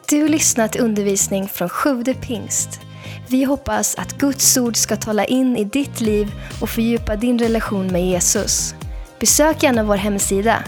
Du lyssnat till undervisning från Sjude Pingst. Vi hoppas att Guds ord ska tala in i ditt liv och fördjupa din relation med Jesus. Besök gärna vår hemsida,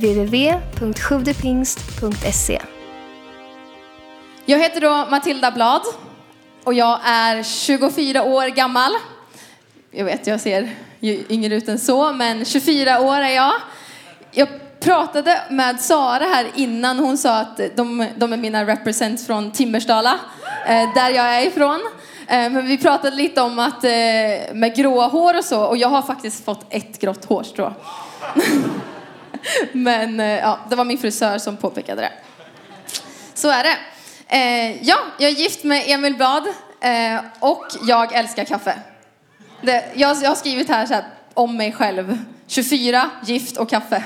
www.sjuvdepingst.se. Jag heter då Matilda Blad och jag är 24 år gammal. Jag vet, jag ser ju yngre ut än så, men 24 år är jag. Jag pratade med Sara här innan, hon sa att de är mina represents från Timmersdala, där jag är ifrån. Men vi pratade lite om att med gråa hår och så, och jag har faktiskt fått ett grått hårstrå. Men ja, det var min frisör som påpekade det. Så är det. Ja, jag är gift med Emil Blad och jag älskar kaffe. Jag har skrivit här, så här om mig själv. 24, gift och kaffe.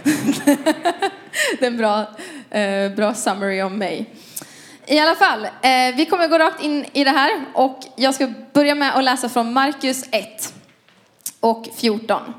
Det är en bra summary om mig. I alla fall, vi kommer gå rakt in i det här. Och jag ska börja med att läsa från Markus 1 och 14.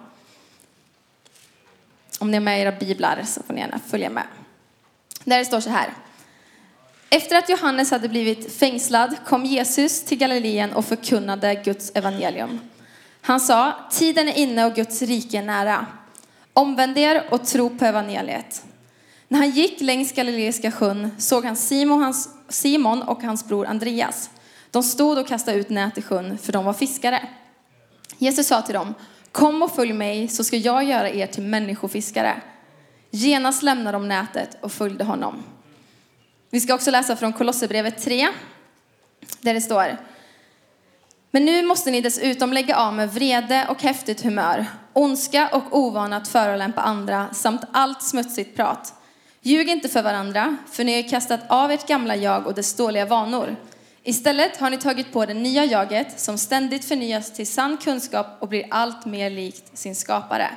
Om ni är med i era biblar så får ni gärna följa med. Där det står så här. Efter att Johannes hade blivit fängslad kom Jesus till Galileen och förkunnade Guds evangelium. Han sa, tiden är inne och Guds rike är nära. Omvänd er och tro på evangeliet. När han gick längs Galileiska sjön såg han Simon och hans bror Andreas. De stod och kastade ut nät i sjön för de var fiskare. Jesus sa till dem, kom och följ mig så ska jag göra er till människofiskare. Genast lämnade de nätet och följde honom. Vi ska också läsa från Kolosserbrevet 3, där det står. Men nu måste ni dessutom lägga av med vrede och häftigt humör, ondska och ovana att förolämpa andra samt allt smutsigt prat. Ljug inte för varandra, för ni har kastat av ert gamla jag och dess dåliga vanor. Istället har ni tagit på det nya jaget som ständigt förnyas till sann kunskap och blir allt mer likt sin skapare.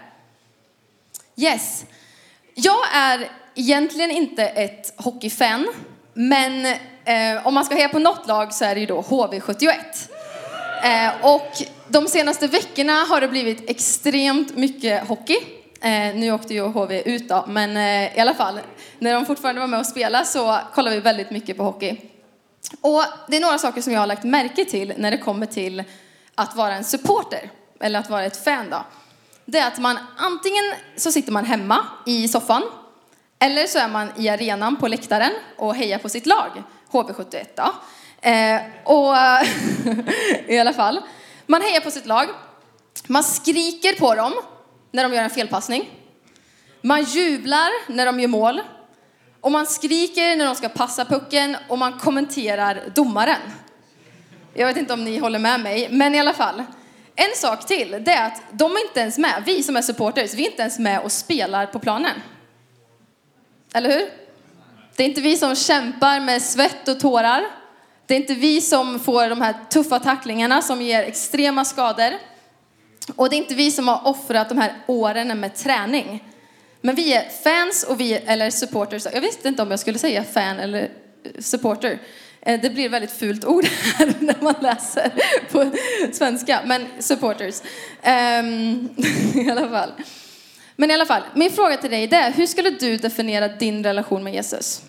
Yes, jag är egentligen inte ett hockeyfan, men om man ska heja på något lag så är det ju då HV71. Och de senaste veckorna har det blivit extremt mycket hockey. Nu åkte ju HV ut då, men i alla fall, när de fortfarande var med och spela så kollar vi väldigt mycket på hockey. Och det är några saker som jag har lagt märke till när det kommer till att vara en supporter, eller att vara ett fan då. Det är att man antingen så sitter man hemma i soffan, eller så är man i arenan på läktaren och hejar på sitt lag, HV71 då. Och i alla fall, man hejar på sitt lag. Man skriker på dem när de gör en felpassning. Man jublar när de gör mål. Och man skriker när de ska passa pucken. Och man kommenterar domaren. Jag vet inte om ni håller med mig, men i alla fall. En sak till, det är att de är inte ens med. Vi som är supporters, vi är inte ens med och spelar på planen. Eller hur? Det är inte vi som kämpar med svett och tårar. Det är inte vi som får de här tuffa tacklingarna som ger extrema skador. Och det är inte vi som har offrat de här åren med träning. Men vi är fans och eller supporters. Jag visste inte om jag skulle säga fan eller supporter. Det blir väldigt fult ord här när man läser på svenska. Men supporters. I alla fall. Men i alla fall, min fråga till dig är, hur skulle du definiera din relation med Jesus?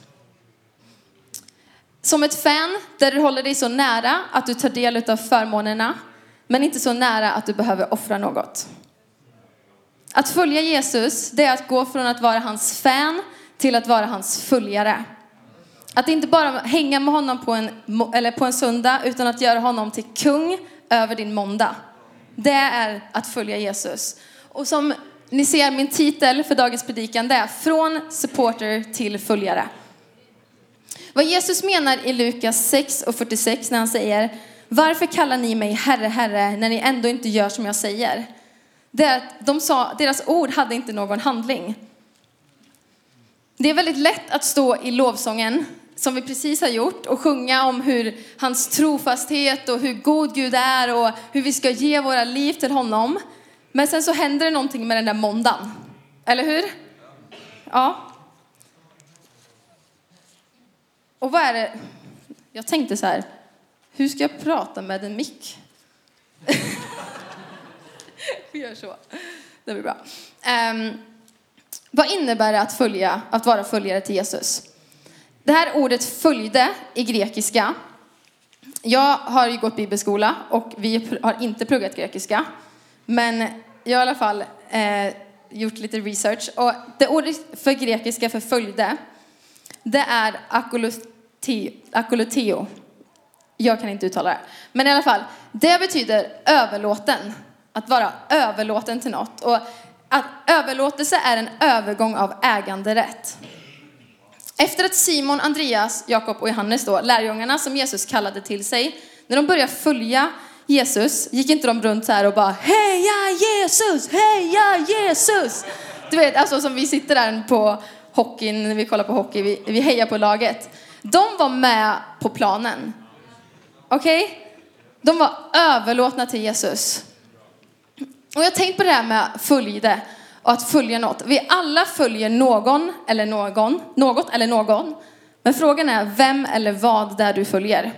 Som ett fan där du håller dig så nära att du tar del av förmånerna, men inte så nära att du behöver offra något. Att följa Jesus, det är att gå från att vara hans fan till att vara hans följare. Att inte bara hänga med honom på en söndag, utan att göra honom till kung över din måndag. Det är att följa Jesus. Och som ni ser, min titel för dagens predikan, det är från supporter till följare. Vad Jesus menar i Lukas 6 och 46 när han säger, varför kallar ni mig Herre, Herre, när ni ändå inte gör som jag säger? Det är att deras ord hade inte någon handling. Det är väldigt lätt att stå i lovsången, som vi precis har gjort, och sjunga om hur hans trofasthet och hur god Gud är och hur vi ska ge våra liv till honom. Men sen så händer det någonting med den där måndagen. Eller hur? Ja. Och vad är det? Jag tänkte så här, hur ska jag prata med en mick? Vi gör så. Det blir bra. Vad innebär det att vara följare till Jesus? Det här ordet följde i grekiska. Jag har ju gått bibelskola och vi har inte pluggat grekiska. Men jag har i alla fall gjort lite research. Och det ordet för grekiska för följde, det är akoloteo. Jag kan inte uttala det. Men i alla fall, det betyder överlåten. Att vara överlåten till något. Och att överlåtelse är en övergång av äganderätt. Efter att Simon, Andreas, Jakob och Johannes då, lärjungarna som Jesus kallade till sig, när de började följa Jesus, gick inte de runt så här och bara heja Jesus, heja Jesus. Du vet, alltså som vi sitter där på hockeyn, när vi kollar på hockey, vi hejar på laget. De var med på planen. Okej? De var överlåtna till Jesus. Och jag tänkte på det här med följde och att följa något. Vi alla följer något eller någon. Men frågan är vem eller vad där du följer.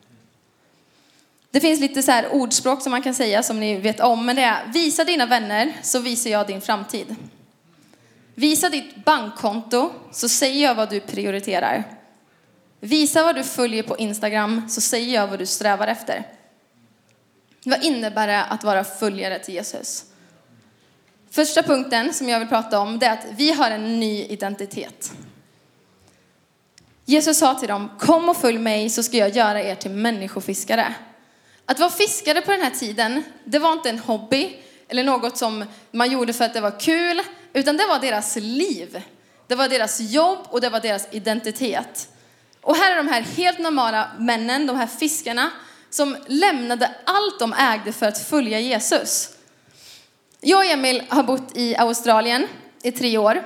Det finns lite så här ordspråk som man kan säga som ni vet om. Men det är, visa dina vänner så visar jag din framtid. Visa ditt bankkonto så säger jag vad du prioriterar. Visa vad du följer på Instagram så säger jag vad du strävar efter. Vad innebär det att vara följare till Jesus? Första punkten som jag vill prata om, det är att vi har en ny identitet. Jesus sa till dem, kom och följ mig så ska jag göra er till människofiskare. Att vara fiskare på den här tiden, det var inte en hobby eller något som man gjorde för att det var kul, utan det var deras liv. Det var deras jobb och det var deras identitet. Och här är de här helt normala männen, de här fiskarna, som lämnade allt de ägde för att följa Jesus. Jag och Emil har bott i Australien i 3 år.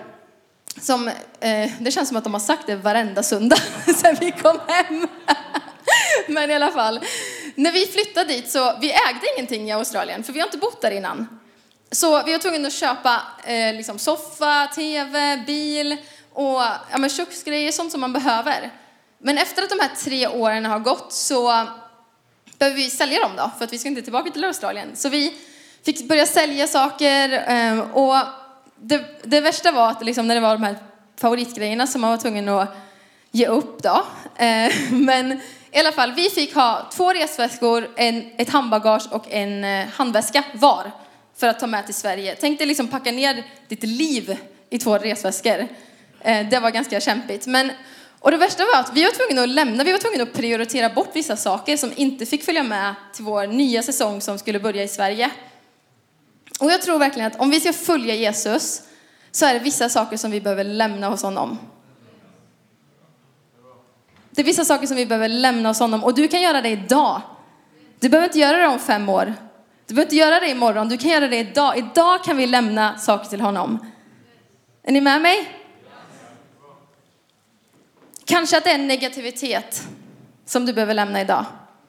Det känns som att de har sagt det varenda söndag sen vi kom hem. Men i alla fall, när vi flyttade dit så vi ägde ingenting i Australien. För vi har inte bott där innan. Så vi var tvungna att köpa soffa, tv, bil och köksgrejer, sånt som man behöver. Men efter att de här 3 åren har gått så behöver vi sälja dem då. För att vi ska inte tillbaka till Australien. Så vi fick börja sälja saker. Och det värsta var att när det var de här favoritgrejerna som man var tvungen att ge upp då. Men i alla fall, vi fick ha 2 resväskor, ett handbagage och en handväska var. För att ta med till Sverige. Tänk dig packa ner ditt liv i 2 resväskor. Det var ganska kämpigt. Och det värsta var att vi var tvungna att prioritera bort vissa saker som inte fick följa med till vår nya säsong som skulle börja i Sverige. Och jag tror verkligen att om vi ska följa Jesus så är det vissa saker som vi behöver lämna hos honom. Det är vissa saker som vi behöver lämna hos honom. Och du kan göra det idag. Du behöver inte göra det om 5 år. Du behöver inte göra det imorgon. Du kan göra det idag. Idag kan vi lämna saker till honom. Är ni med mig? Kanske att det är en negativitet som du behöver lämna idag.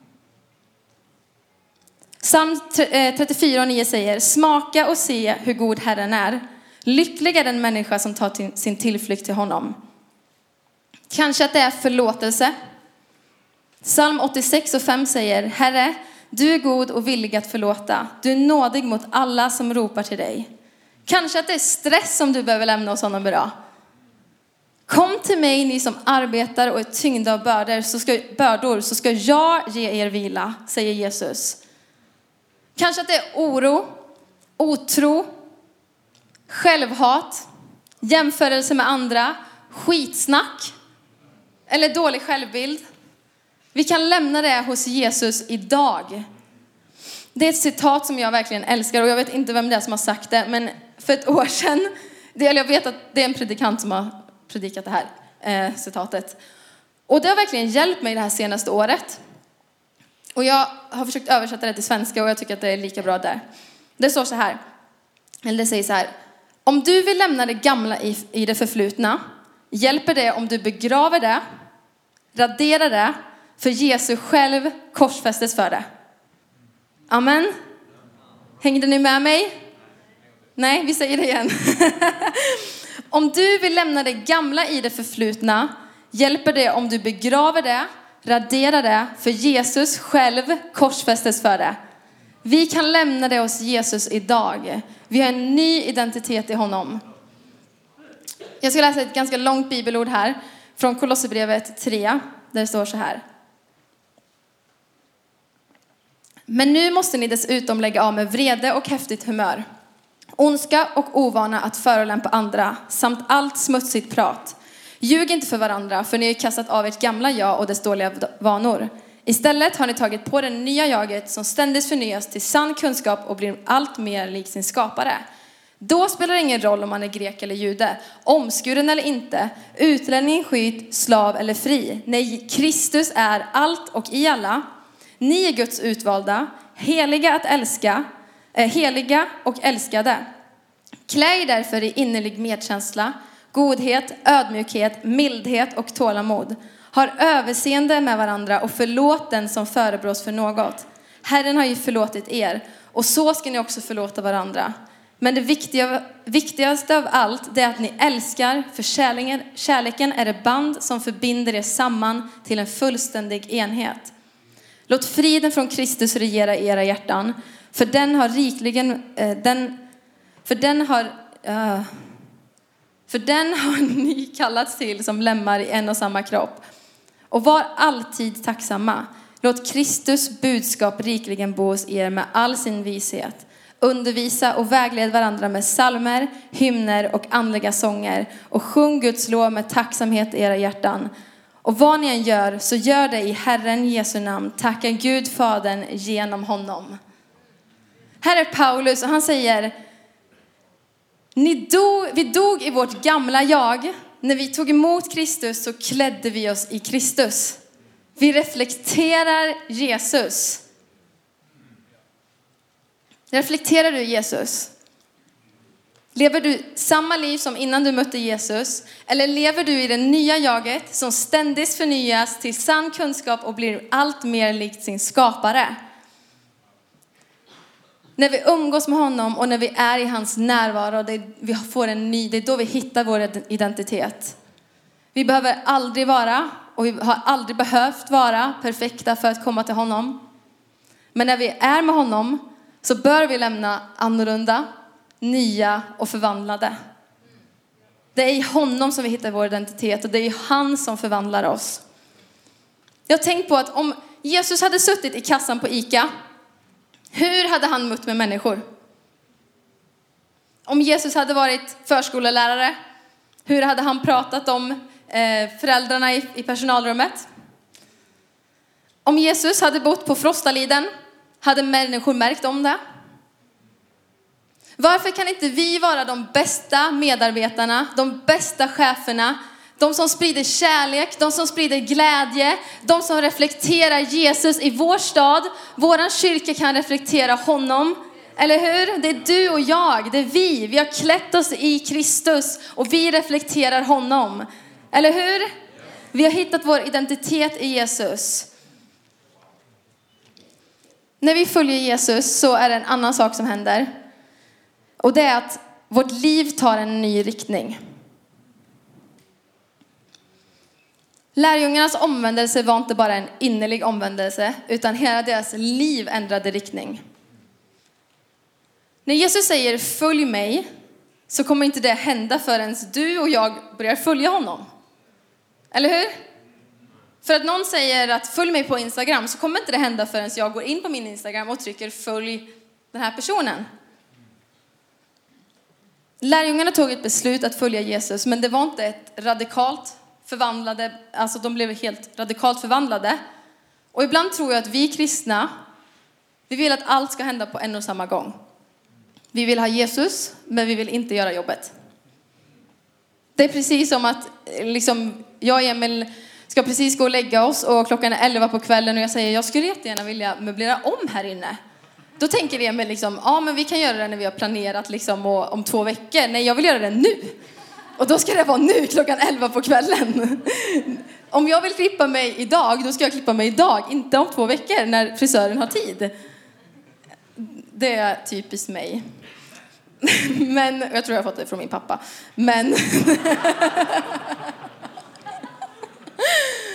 Psalm 34:9 säger, smaka och se hur god Herren är. Lycklig är den människa som tar sin tillflykt till honom. Kanske att det är förlåtelse. Psalm 86:5 säger, Herre, du är god och villig att förlåta. Du är nådig mot alla som ropar till dig. Kanske att det är stress som du behöver lämna hos honom idag. Kom till mig ni som arbetar och är tyngda av bördor så ska jag ge er vila, säger Jesus. Kanske att det är oro, otro, självhat, jämförelse med andra, skitsnack eller dålig självbild. Vi kan lämna det hos Jesus idag. Det är ett citat som jag verkligen älskar och jag vet inte vem det är som har sagt det, men för ett år sedan, jag vet att det är en predikant som har predikat det här citatet. Och det har verkligen hjälpt mig det här senaste året. Och jag har försökt översätta det till svenska och jag tycker att det är lika bra där. Det står så här, eller det säger så här. Om du vill lämna det gamla i det förflutna, hjälper det om du begraver det, raderar det, för Jesus själv korsfästes för det. Amen. Hängde ni med mig? Nej, vi säger det igen. Om du vill lämna det gamla i det förflutna, hjälper det om du begraver det, raderar det, för Jesus själv korsfästes för det. Vi kan lämna det hos Jesus idag. Vi har en ny identitet i honom. Jag ska läsa ett ganska långt bibelord här. från Kolosserbrevet 3, där det står så här. Men nu måste ni dessutom lägga av med vrede och häftigt humör, ondska och ovana att förolämpa andra, samt allt smutsigt prat. Ljug inte för varandra, för ni har kastat av ert gamla jag och dess dåliga vanor. Istället har ni tagit på det nya jaget som ständigt förnyas till sann kunskap och blir allt mer lik sin skapare. Då spelar det ingen roll om man är grek eller jude, omskuren eller inte, utlänning, skydd, slav eller fri. Nej, Kristus är allt och i alla. Ni är Guds utvalda, heliga och älskade. Klä er därför i innerlig medkänsla, godhet, ödmjukhet, mildhet och tålamod. Har överseende med varandra och förlåt den som förebrås för något. Herren har ju förlåtit er, och så ska ni också förlåta varandra. Men det viktigaste av allt, det är att ni älskar, för kärleken är det band som förbinder er samman till en fullständig enhet. Låt friden från Kristus regera i era hjärtan, för den har ni kallats till som lemmar i en och samma kropp. Och var alltid tacksamma. Låt Kristus budskap rikligen bo hos er med all sin vishet. Undervisa och vägled varandra med psalmer, hymner och andliga sånger. Och sjung Guds lov med tacksamhet i era hjärtan. Och vad ni än gör, så gör det i Herren Jesu namn. Tacka Gud Fadern genom honom. Här är Paulus, och han säger: vi dog i vårt gamla jag. När vi tog emot Kristus så klädde vi oss i Kristus. Vi reflekterar Jesus. Reflekterar du Jesus? Lever du samma liv som innan du mötte Jesus? Eller lever du i det nya jaget som ständigt förnyas till sann kunskap och blir allt mer likt sin skapare? När vi umgås med honom och när vi är i hans närvaro, det är då vi hittar vår identitet. Vi behöver aldrig vara, och vi har aldrig behövt vara perfekta för att komma till honom. Men när vi är med honom så bör vi lämna annorlunda, nya och förvandlade. Det är i honom som vi hittar vår identitet, och det är han som förvandlar oss. Jag har tänkt på att om Jesus hade suttit i kassan på ICA, hur hade han mött med människor? Om Jesus hade varit förskolelärare, hur hade han pratat om föräldrarna i personalrummet? Om Jesus hade bott på Frostaliden, hade människor märkt om det? Varför kan inte vi vara de bästa medarbetarna, de bästa cheferna, de som sprider kärlek, de som sprider glädje, de som reflekterar Jesus i vår stad? Våran kyrka kan reflektera honom, eller hur? Det är du och jag, det är vi. Vi har klätt oss i Kristus och vi reflekterar honom, eller hur? Vi har hittat vår identitet i Jesus. När vi följer Jesus så är det en annan sak som händer. Och det är att vårt liv tar en ny riktning. Lärjungarnas omvändelse var inte bara en innerlig omvändelse, utan hela deras liv ändrade riktning. När Jesus säger följ mig, så kommer inte det hända förrän du och jag börjar följa honom. Eller hur? För att någon säger att följ mig på Instagram, så kommer inte det hända förrän jag går in på min Instagram och trycker följ den här personen. Lärjungarna tog ett beslut att följa Jesus, men det var inte ett radikalt förvandlade, alltså de blev helt radikalt förvandlade. Och ibland tror jag att vi kristna, vi vill att allt ska hända på en och samma gång. Vi vill ha Jesus, men vi vill inte göra jobbet. Det är precis som att jag och Emil ska precis gå och lägga oss, och klockan är 11 på kvällen, och jag säger jag skulle jättegärna vilja möblera om här inne. Då tänker Emil men vi kan göra det när vi har planerat och om 2 veckor. Nej, jag vill göra det nu. Och då ska det vara nu, klockan 11 på kvällen. Om jag vill klippa mig idag, då ska jag klippa mig idag. Inte om 2 veckor när frisören har tid. Det är typiskt mig. Men jag tror jag har fått det från min pappa. Men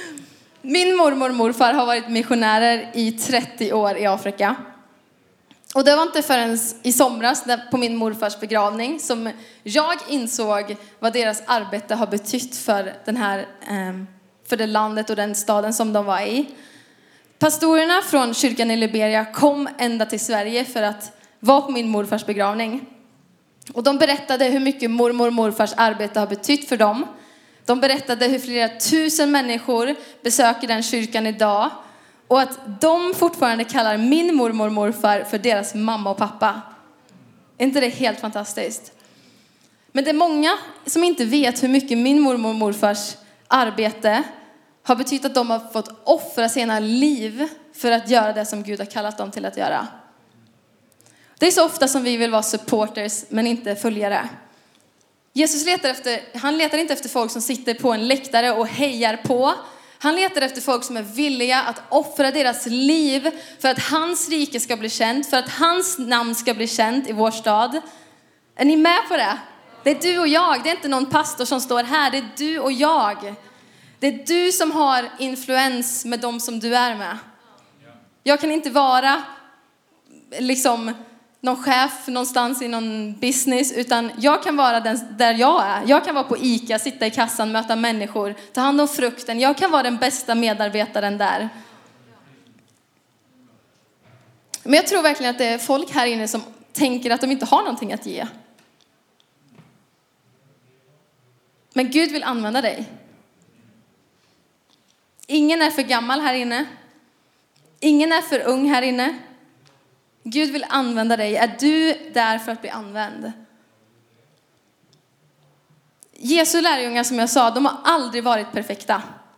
min mormor och morfar har varit missionärer i 30 år i Afrika. Och det var inte förrän i somras på min morfars begravning som jag insåg vad deras arbete har betytt för för det landet och den staden som de var i. Pastorerna från kyrkan i Liberia kom ända till Sverige för att vara på min morfars begravning. Och de berättade hur mycket mormor och morfars arbete har betytt för dem. De berättade hur flera tusen människor besöker den kyrkan idag. Och att de fortfarande kallar min mormor och morfar för deras mamma och pappa. Är inte det helt fantastiskt? Men det är många som inte vet hur mycket min mormor och morfars arbete har betytt att de har fått offra sina liv för att göra det som Gud har kallat dem till att göra. Det är så ofta som vi vill vara supporters men inte följare. Jesus letar inte efter folk som sitter på en läktare och hejar på. Han letar efter folk som är villiga att offra deras liv för att hans rike ska bli känt, för att hans namn ska bli känt i vår stad. Är ni med på det? Det är du och jag, det är inte någon pastor som står här, det är du och jag. Det är du som har influens med dem som du är med. Jag kan inte vara någon chef någonstans i någon business, utan jag kan vara den där jag är. Jag kan vara på ICA, sitta i kassan, möta människor, ta hand om frukten. Jag kan vara den bästa medarbetaren där. Men jag tror verkligen att det är folk här inne som tänker att de inte har någonting att ge. Men Gud vill använda dig. Ingen är för gammal här inne. Ingen är för ung här inne. Gud vill använda dig. Är du där för att bli använd? Jesu lärjungar, som jag sa, de har aldrig varit perfekta.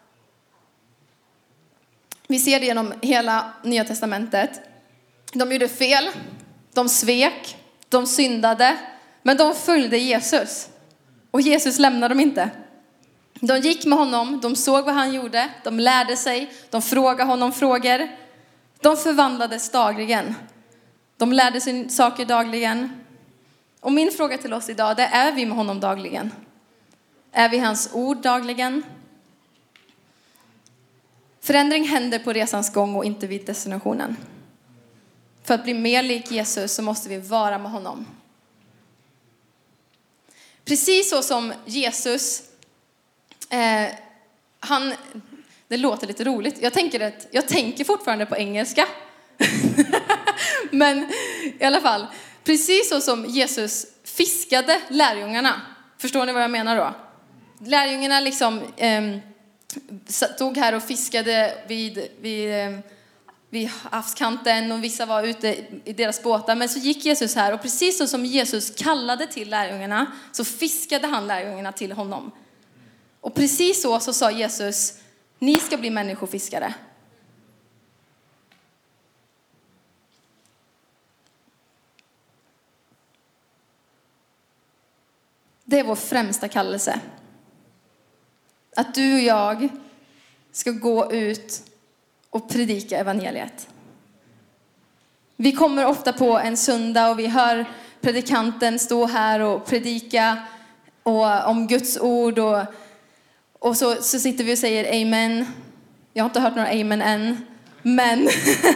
Vi ser det genom hela Nya testamentet. De gjorde fel, de svek, de syndade, men de följde Jesus. Och Jesus lämnade dem inte. De gick med honom, de såg vad han gjorde, de lärde sig, de frågade honom frågor. De förvandlades dagligen. De lärde sig saker dagligen. Och min fråga till oss idag, det är vi med honom dagligen? Är vi hans ord dagligen? Förändring händer på resans gång och inte vid destinationen. För att bli mer lik Jesus så måste vi vara med honom. Precis så som Jesus, det låter lite roligt. Jag tänker fortfarande på engelska. Men i alla fall, precis så som Jesus fiskade lärjungarna. Förstår ni vad jag menar då? Lärjungarna stod här och fiskade vid havskanten och vissa var ute i deras båtar. Men så gick Jesus här och precis så som Jesus kallade till lärjungarna så fiskade han lärjungarna till honom. Och precis så sa Jesus, ni ska bli människofiskare. Det är vår främsta kallelse. Att du och jag ska gå ut och predika evangeliet. Vi kommer ofta på en söndag och vi hör predikanten stå här och predika om Guds ord. Och så sitter vi och säger amen. Jag har inte hört några amen än. Men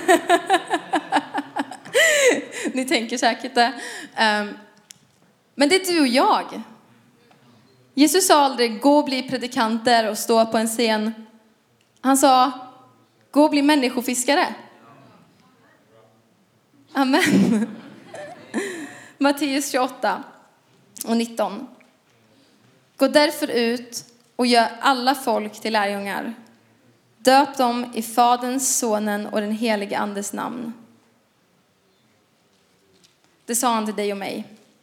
ni tänker säkert det. Men det är du och jag. Jesus sa aldrig gå och bli predikanter och stå på en scen. Han sa gå och bli människofiskare. Amen. Matteus 28 och 19. Gå därför ut och gör alla folk till lärjungar. Döp dem i Faderns, Sonen och den helige Andes namn. Det sa han till dig och mig.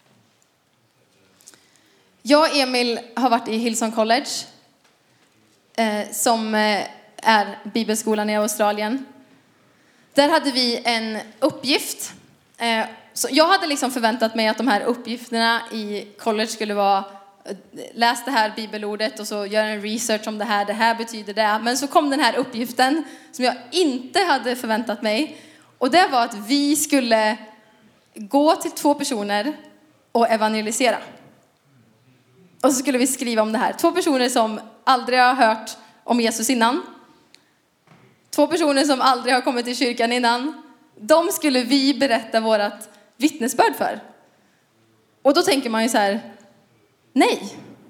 Jag och Emil har varit i Hillsong College. Som är bibelskolan i Australien. Där hade vi en uppgift. Så jag hade förväntat mig att de här uppgifterna i college skulle vara läs det här bibelordet och så gör en research om det här betyder det. Men så kom den här uppgiften som jag inte hade förväntat mig. Och det var att vi skulle gå till 2 personer och evangelisera. Och så skulle vi skriva om det här. 2 personer som aldrig har hört om Jesus innan. 2 personer som aldrig har kommit till kyrkan innan. De skulle vi berätta vårat vittnesbörd för. Och då tänker man ju så här, nej.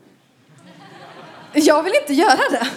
Jag vill inte göra det.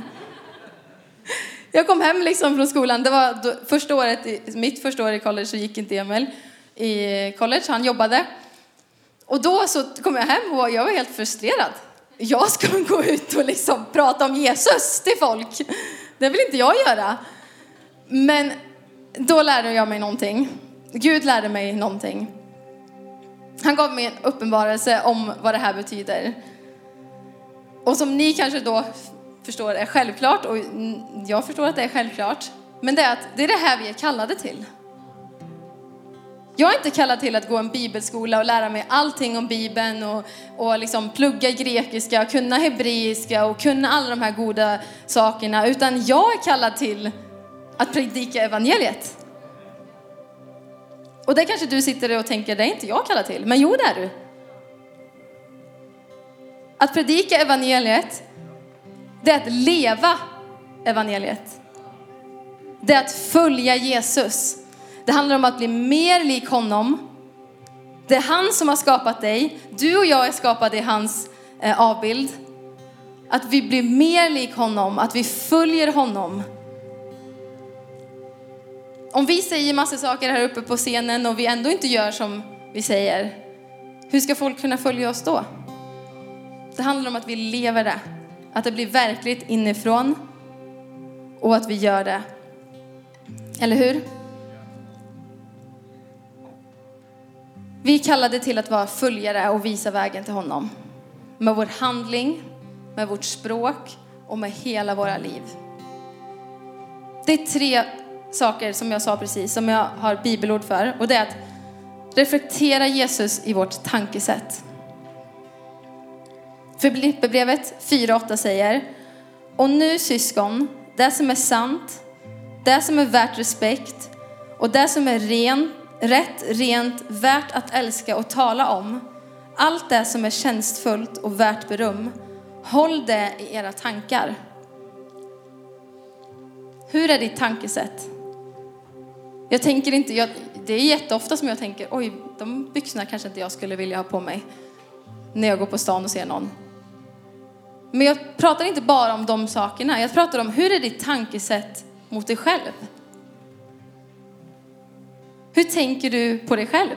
Jag kom hem liksom från skolan. Det var mitt första år i college, så gick inte Emil i college. Han jobbade. Och då så kom jag hem och jag var helt frustrerad. Jag ska gå ut och liksom prata om Jesus till folk. Det vill inte jag göra. Men då lärde jag mig någonting. Gud lärde mig någonting. Han gav mig en uppenbarelse om vad det här betyder. Och som ni kanske då förstår är självklart. Och jag förstår att det är självklart. Men det är att det är det här vi är kallade till. Jag är inte kallad till att gå en bibelskola och lära mig allting om Bibeln. Och liksom plugga grekiska, kunna hebreiska och kunna alla de här goda sakerna. Utan jag är kallad till att predika evangeliet. Och det kanske du sitter och tänker, det är inte jag kallad till. Men jo, det är du. Att predika evangeliet, det är att leva evangeliet. Det är att följa Jesus. Det handlar om att bli mer lik honom. Det är han som har skapat dig. Du och jag är skapade i hans avbild. Att vi blir mer lik honom. Att vi följer honom. Om vi säger massa saker här uppe på scenen och vi ändå inte gör som vi säger, hur ska folk kunna följa oss då? Det handlar om att vi lever det. Att det blir verkligt inifrån. Och att vi gör det. Eller hur? Vi är kallade till att vara följare och visa vägen till honom. Med vår handling, med vårt språk och med hela våra liv. Det är 3 saker som jag sa precis, som jag har bibelord för. Och det är att reflektera Jesus i vårt tankesätt. Filipperbrevet 4:8 säger: och nu syskon, det som är sant, det som är värt respekt och det som är rent, värt att älska och tala om, allt det som är tjänstfullt och värt beröm, håll det i era tankar. Hur är ditt tankesätt? Jag tänker inte, det är jätteofta som jag tänker, oj, de byxorna kanske inte jag skulle vilja ha på mig när jag går på stan och ser någon. Men jag pratar inte bara om de sakerna. Jag pratar om, hur är ditt tankesätt mot dig själv? Hur tänker du på dig själv?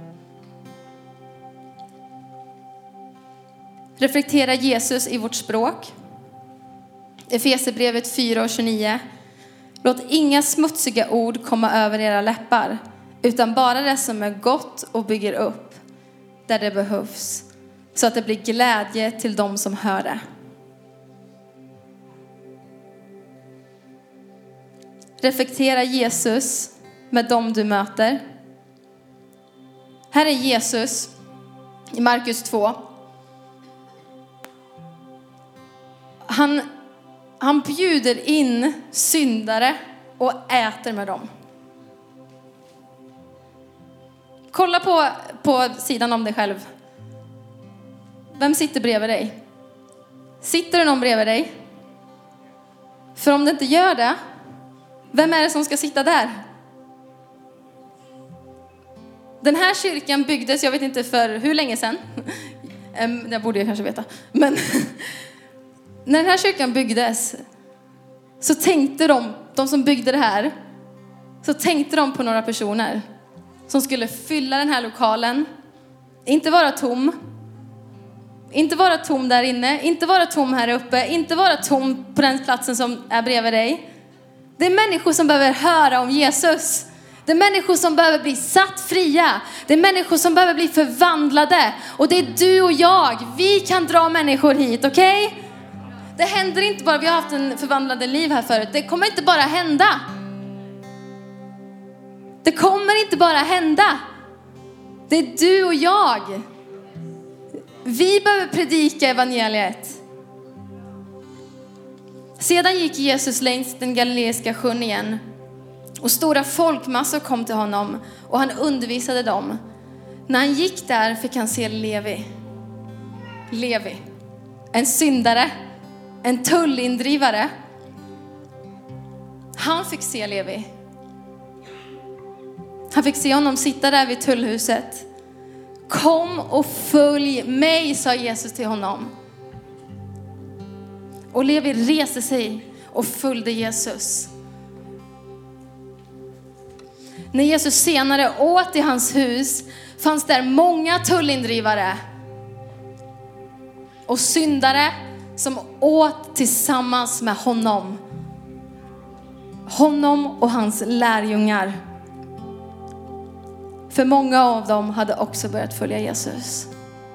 Reflektera Jesus i vårt språk. Efesierbrevet 4:29. Låt inga smutsiga ord komma över era läppar, utan bara det som är gott och bygger upp där det behövs, så att det blir glädje till dem som hör det. Reflektera Jesus med dem du möter. Här är Jesus i Markus 2. Han bjuder in syndare och äter med dem. Kolla på sidan om dig själv. Vem sitter bredvid dig? Sitter det någon bredvid dig? För om det inte gör det, vem är det som ska sitta där? Den här kyrkan byggdes, jag vet inte för hur länge sedan. Det borde jag kanske veta. Men när den här kyrkan byggdes, så tänkte de som byggde det här, så tänkte de på några personer som skulle fylla den här lokalen. Inte vara tom. Inte vara tom där inne. Inte vara tom här uppe. Inte vara tom på den platsen som är bredvid dig. Det är människor som behöver höra om Jesus. Det är människor som behöver bli satt fria. Det är människor som behöver bli förvandlade. Och det är du och jag. Vi kan dra människor hit, okej? Okay? Det händer inte bara, vi har haft en förvandlade liv här förut. Det kommer inte bara hända. Det kommer inte bara hända. Det är du och jag. Vi behöver predika evangeliet. Sedan gick Jesus längs den galileiska sjön igen. Och stora folkmassor kom till honom. Och han undervisade dem. När han gick där fick han se Levi. En syndare. En tullindrivare. Han fick se Levi. Han fick se honom sitta där vid tullhuset. Kom och följ mig, sa Jesus till honom. Och Levi reste sig och följde Jesus. När Jesus senare åt i hans hus fanns där många tullindrivare och syndare som åt tillsammans med honom. Honom och hans lärjungar. För många av dem hade också börjat följa Jesus.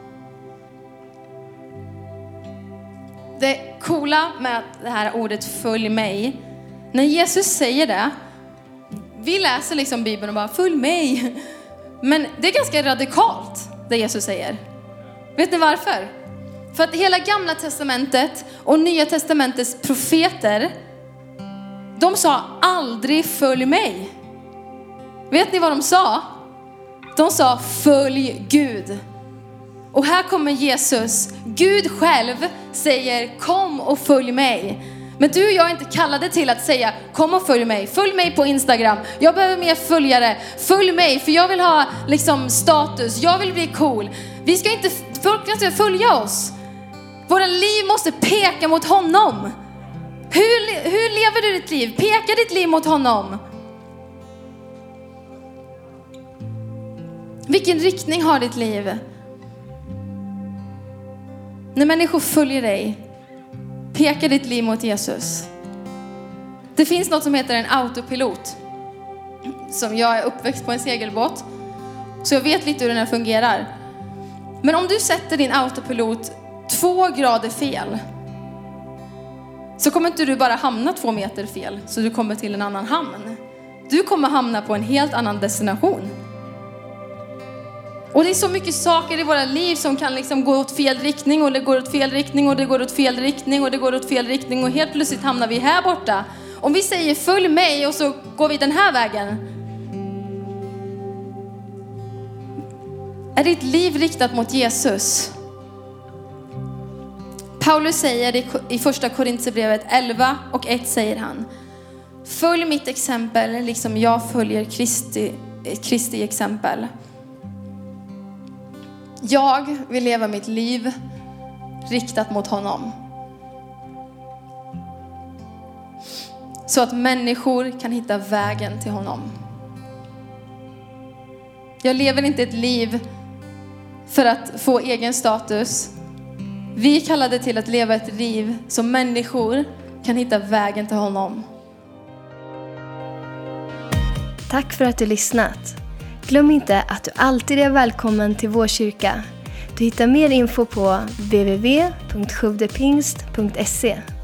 Det coola med det här ordet följ mig, när Jesus säger det, vi läser liksom Bibeln och bara följ mig. Men det är ganska radikalt det Jesus säger. Vet ni varför? För att hela gamla testamentet och nya testamentets profeter, de sa aldrig följ mig. Vet ni vad de sa? De sa följ Gud. Och här kommer Jesus. Gud själv säger kom och följ mig. Men du och jag är inte kallade till att säga kom och följ mig. Följ mig på Instagram. Jag behöver mer följare. Följ mig för jag vill ha liksom status. Jag vill bli cool. Vi ska inte, folk ska följa oss. Våra liv måste peka mot honom. Hur lever du ditt liv? Peka ditt liv mot honom. Vilken riktning har ditt liv? När människor följer dig, pekar ditt liv mot Jesus. Det finns något som heter en autopilot. Som jag är uppväxt på en segelbåt. Så jag vet lite hur den här fungerar. Men om du sätter din autopilot 2 grader fel, så kommer inte du bara hamna 2 meter fel. Så du kommer till en annan hamn. Du kommer hamna på en helt annan destination. Och det är så mycket saker i våra liv som kan liksom gå åt fel riktning. Och det går åt fel riktning och det går åt fel riktning och det går åt fel riktning. Och helt plötsligt hamnar vi här borta. Om vi säger följ mig och så går vi den här vägen. Är ditt liv riktat mot Jesus? Paulus säger i första Korinthierbrevet 11 och 1 säger han: följ mitt exempel liksom jag följer Kristi exempel. Jag vill leva mitt liv riktat mot honom. Så att människor kan hitta vägen till honom. Jag lever inte ett liv för att få egen status. Vi är kallade till att leva ett liv så människor kan hitta vägen till honom. Tack för att du lyssnat. Glöm inte att du alltid är välkommen till vår kyrka. Du hittar mer info på www.sjuvdepingst.se.